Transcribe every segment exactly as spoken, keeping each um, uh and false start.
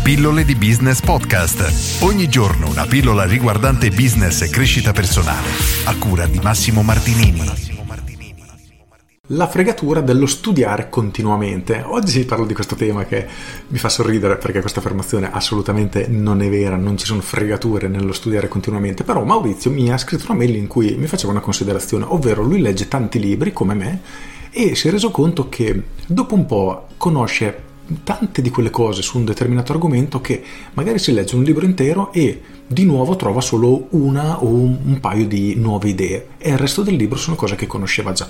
Pillole di Business Podcast. Ogni giorno una pillola riguardante business e crescita personale. A cura di Massimo Martinini. La fregatura dello studiare continuamente. Oggi parlo di questo tema che mi fa sorridere perché questa affermazione assolutamente non è vera, non ci sono fregature nello studiare continuamente, però Maurizio mi ha scritto una mail in cui mi faceva una considerazione, ovvero lui legge tanti libri come me e si è reso conto che dopo un po' conosce tante di quelle cose su un determinato argomento che magari si legge un libro intero e di nuovo trova solo una o un paio di nuove idee e il resto del libro sono cose che conosceva già.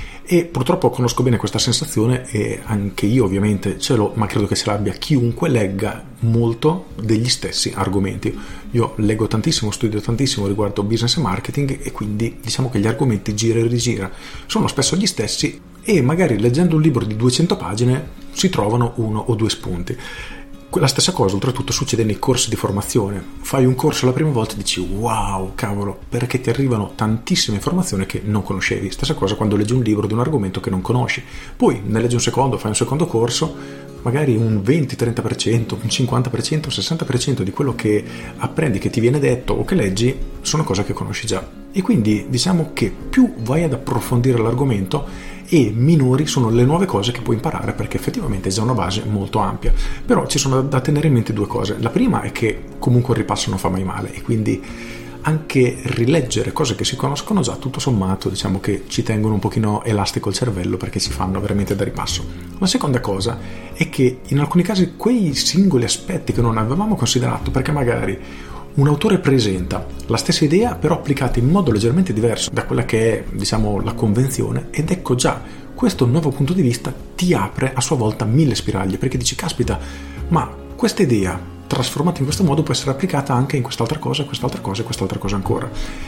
E purtroppo conosco bene questa sensazione e anche io ovviamente ce l'ho, ma credo che ce l'abbia chiunque legga molto degli stessi argomenti. Io leggo tantissimo, studio tantissimo riguardo business e marketing e quindi diciamo che gli argomenti gira e rigira sono spesso gli stessi e magari leggendo un libro di duecento pagine si trovano uno o due spunti. La stessa cosa oltretutto succede nei corsi di formazione. Fai un corso la prima volta e dici wow, cavolo, perché ti arrivano tantissime informazioni che non conoscevi. Stessa cosa quando leggi un libro di un argomento che non conosci. Poi ne leggi un secondo, fai un secondo corso, magari un venti trenta per cento, un cinquanta per cento, un sessanta per cento di quello che apprendi, che ti viene detto o che leggi sono cose che conosci già. E quindi diciamo che più vai ad approfondire l'argomento e minori sono le nuove cose che puoi imparare perché effettivamente è già una base molto ampia. Però ci sono da tenere in mente due cose. La prima è che comunque il ripasso non fa mai male e quindi anche rileggere cose che si conoscono già tutto sommato diciamo che ci tengono un pochino elastico il cervello perché si fanno veramente da ripasso. La seconda cosa è che in alcuni casi quei singoli aspetti che non avevamo considerato perché magari un autore presenta la stessa idea però applicata in modo leggermente diverso da quella che è diciamo la convenzione ed ecco già questo nuovo punto di vista ti apre a sua volta mille spiraglie perché dici caspita ma questa idea trasformata in questo modo può essere applicata anche in quest'altra cosa, quest'altra cosa e quest'altra cosa ancora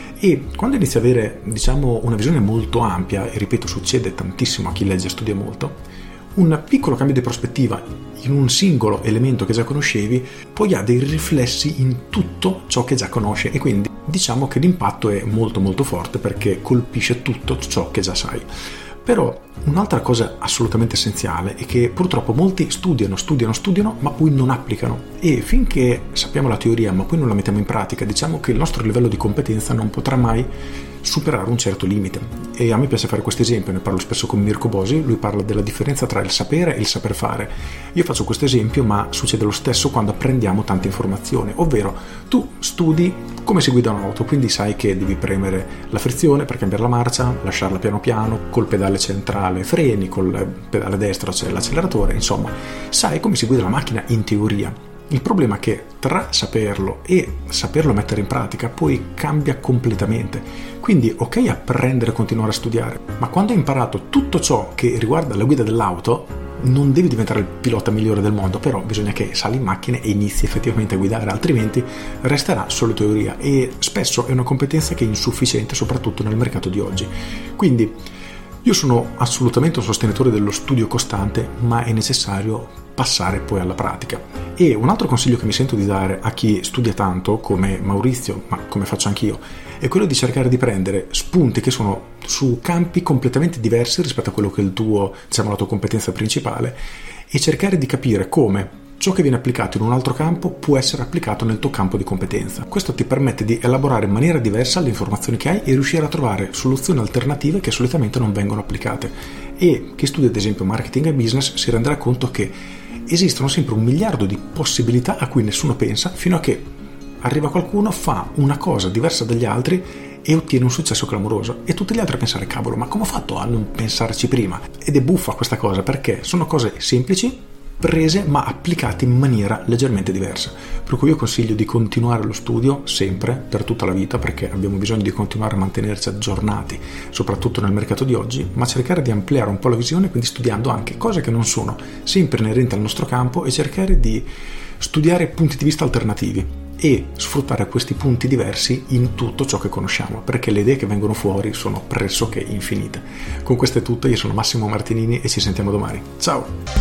e quando inizi a avere diciamo una visione molto ampia e ripeto succede tantissimo a chi legge e studia molto un piccolo cambio di prospettiva in un singolo elemento che già conoscevi poi ha dei riflessi in tutto ciò che già conosci e quindi diciamo che l'impatto è molto molto forte perché colpisce tutto ciò che già sai. Però un'altra cosa assolutamente essenziale è che purtroppo molti studiano, studiano, studiano ma poi non applicano e finché sappiamo la teoria ma poi non la mettiamo in pratica diciamo che il nostro livello di competenza non potrà mai superare un certo limite e a me piace fare questo esempio, ne parlo spesso con Mirko Bosi, lui parla della differenza tra il sapere e il saper fare. Io faccio questo esempio ma succede lo stesso quando apprendiamo tante informazioni, ovvero tu studi come si guida un'auto, quindi sai che devi premere la frizione per cambiare la marcia, lasciarla piano piano, col pedale centrale freni, col pedale destro c'è l'acceleratore, insomma sai come si guida la macchina in teoria. Il problema è che tra saperlo e saperlo mettere in pratica poi cambia completamente. Quindi ok apprendere e continuare a studiare, ma quando hai imparato tutto ciò che riguarda la guida dell'auto non devi diventare il pilota migliore del mondo, però bisogna che sali in macchina e inizi effettivamente a guidare, altrimenti resterà solo teoria e spesso è una competenza che è insufficiente soprattutto nel mercato di oggi. Quindi io sono assolutamente un sostenitore dello studio costante, ma è necessario passare poi alla pratica. E un altro consiglio che mi sento di dare a chi studia tanto, come Maurizio, ma come faccio anch'io, è quello di cercare di prendere spunti che sono su campi completamente diversi rispetto a quello che è il tuo, diciamo, la tua competenza principale, e cercare di capire come ciò che viene applicato in un altro campo può essere applicato nel tuo campo di competenza. Questo ti permette di elaborare in maniera diversa le informazioni che hai e riuscire a trovare soluzioni alternative che solitamente non vengono applicate. E chi studia ad esempio marketing e business si renderà conto che esistono sempre un miliardo di possibilità a cui nessuno pensa fino a che arriva qualcuno, fa una cosa diversa dagli altri e ottiene un successo clamoroso e tutti gli altri a pensare cavolo ma come ho fatto a non pensarci prima? Ed è buffa questa cosa perché sono cose semplici prese ma applicate in maniera leggermente diversa, per cui io consiglio di continuare lo studio sempre per tutta la vita perché abbiamo bisogno di continuare a mantenerci aggiornati soprattutto nel mercato di oggi, ma cercare di ampliare un po' la visione, quindi studiando anche cose che non sono sempre inerenti al nostro campo e cercare di studiare punti di vista alternativi e sfruttare questi punti diversi in tutto ciò che conosciamo, perché le idee che vengono fuori sono pressoché infinite. Con questo è tutto, io sono Massimo Martinini e ci sentiamo domani. Ciao!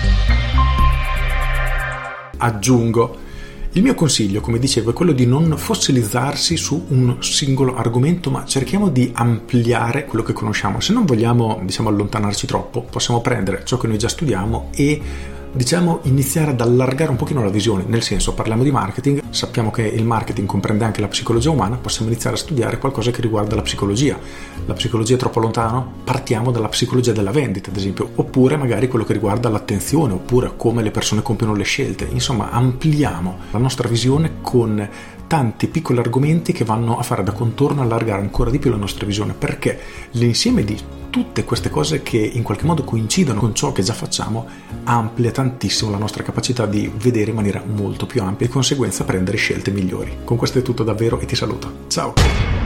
Aggiungo, il mio consiglio, come dicevo, è quello di non fossilizzarsi su un singolo argomento, ma cerchiamo di ampliare quello che conosciamo. Se non vogliamo, diciamo, allontanarci troppo, possiamo prendere ciò che noi già studiamo e diciamo iniziare ad allargare un pochino la visione, nel senso, parliamo di marketing, sappiamo che il marketing comprende anche la psicologia umana, possiamo iniziare a studiare qualcosa che riguarda la psicologia. La psicologia è troppo lontano? Partiamo dalla psicologia della vendita, ad esempio, oppure magari quello che riguarda l'attenzione, oppure come le persone compiono le scelte. Insomma, ampliamo la nostra visione con tanti piccoli argomenti che vanno a fare da contorno, allargare ancora di più la nostra visione, perché l'insieme di tutte queste cose che in qualche modo coincidono con ciò che già facciamo amplia tantissimo la nostra capacità di vedere in maniera molto più ampia e di conseguenza prendere scelte migliori. Con questo è tutto davvero e ti saluto. Ciao!